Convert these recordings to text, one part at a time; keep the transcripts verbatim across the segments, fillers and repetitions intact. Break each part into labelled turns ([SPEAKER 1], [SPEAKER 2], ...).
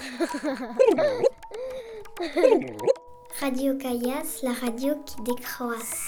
[SPEAKER 1] Radio Caillasse, la radio qui décroisse.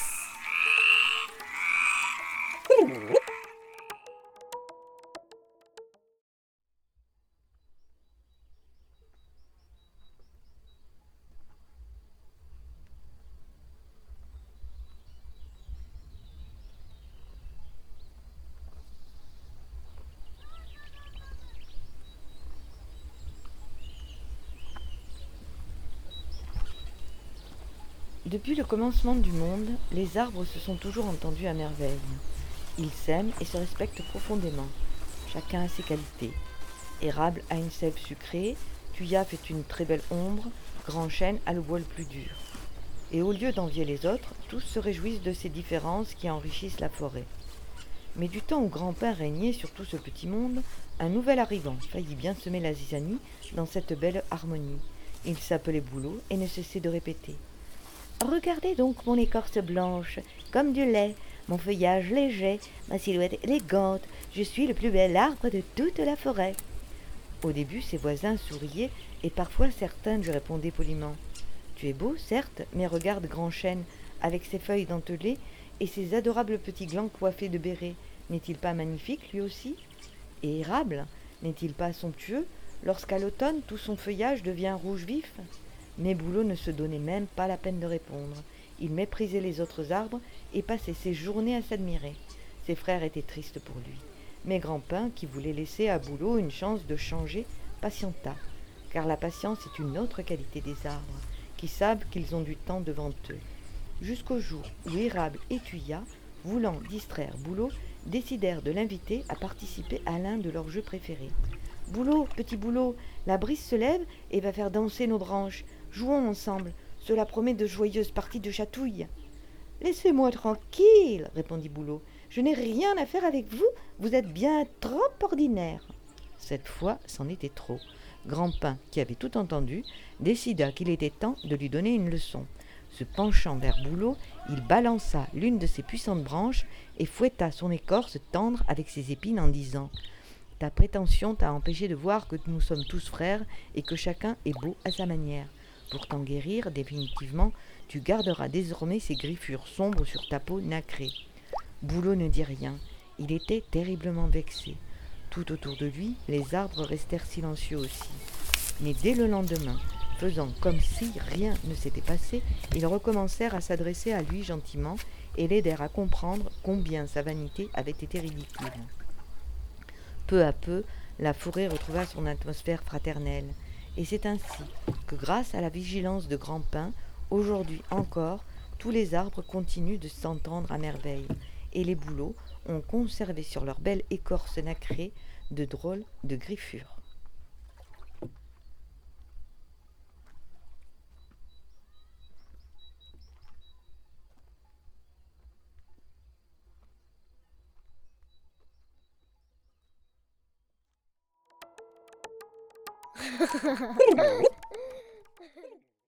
[SPEAKER 2] Depuis le commencement du monde, les arbres se sont toujours entendus à merveille. Ils s'aiment et se respectent profondément. Chacun a ses qualités. Érable a une sève sucrée, Thuya fait une très belle ombre, Grand Chêne a le bois le plus dur. Et au lieu d'envier les autres, tous se réjouissent de ces différences qui enrichissent la forêt. Mais du temps où Grand Pin régnait sur tout ce petit monde, un nouvel arrivant faillit bien semer la zizanie dans cette belle harmonie. Il s'appelait Boulot et ne cessait de répéter: regardez donc mon écorce blanche, comme du lait, mon feuillage léger, ma silhouette élégante, je suis le plus bel arbre de toute la forêt. Au début, ses voisins souriaient et parfois certains lui répondaient poliment: tu es beau, certes, mais regarde Grand Chêne, avec ses feuilles dentelées et ses adorables petits glands coiffés de bérets, n'est-il pas magnifique lui aussi? Et Érable, n'est-il pas somptueux, lorsqu'à l'automne tout son feuillage devient rouge vif? Mais Boulot ne se donnait même pas la peine de répondre. Il méprisait les autres arbres et passait ses journées à s'admirer. Ses frères étaient tristes pour lui. Mais Grand Pin, qui voulait laisser à Boulot une chance de changer, patienta. Car la patience est une autre qualité des arbres, qui savent qu'ils ont du temps devant eux. Jusqu'au jour où Érable et Thuya, voulant distraire Boulot, décidèrent de l'inviter à participer à l'un de leurs jeux préférés. « Boulot, petit Boulot, la brise se lève et va faire danser nos branches. Jouons ensemble, cela promet de joyeuses parties de chatouille. »« Laissez-moi tranquille, répondit Boulot. Je n'ai rien à faire avec vous, vous êtes bien trop ordinaire. Cette fois, c'en était trop. Grand Pin, qui avait tout entendu, décida qu'il était temps de lui donner une leçon. Se penchant vers Boulot, il balança l'une de ses puissantes branches et fouetta son écorce tendre avec ses épines en disant: « Ta prétention t'a empêché de voir que nous sommes tous frères et que chacun est beau à sa manière. Pour t'en guérir définitivement, tu garderas désormais ces griffures sombres sur ta peau nacrée. » Boulot ne dit rien. Il était terriblement vexé. Tout autour de lui, les arbres restèrent silencieux aussi. Mais dès le lendemain, faisant comme si rien ne s'était passé, ils recommencèrent à s'adresser à lui gentiment et l'aidèrent à comprendre combien sa vanité avait été ridicule. Peu à peu, la forêt retrouva son atmosphère fraternelle. Et c'est ainsi que, grâce à la vigilance de Grand Pin, aujourd'hui encore, tous les arbres continuent de s'entendre à merveille. Et les bouleaux ont conservé sur leur belle écorce nacrée de drôles de griffures.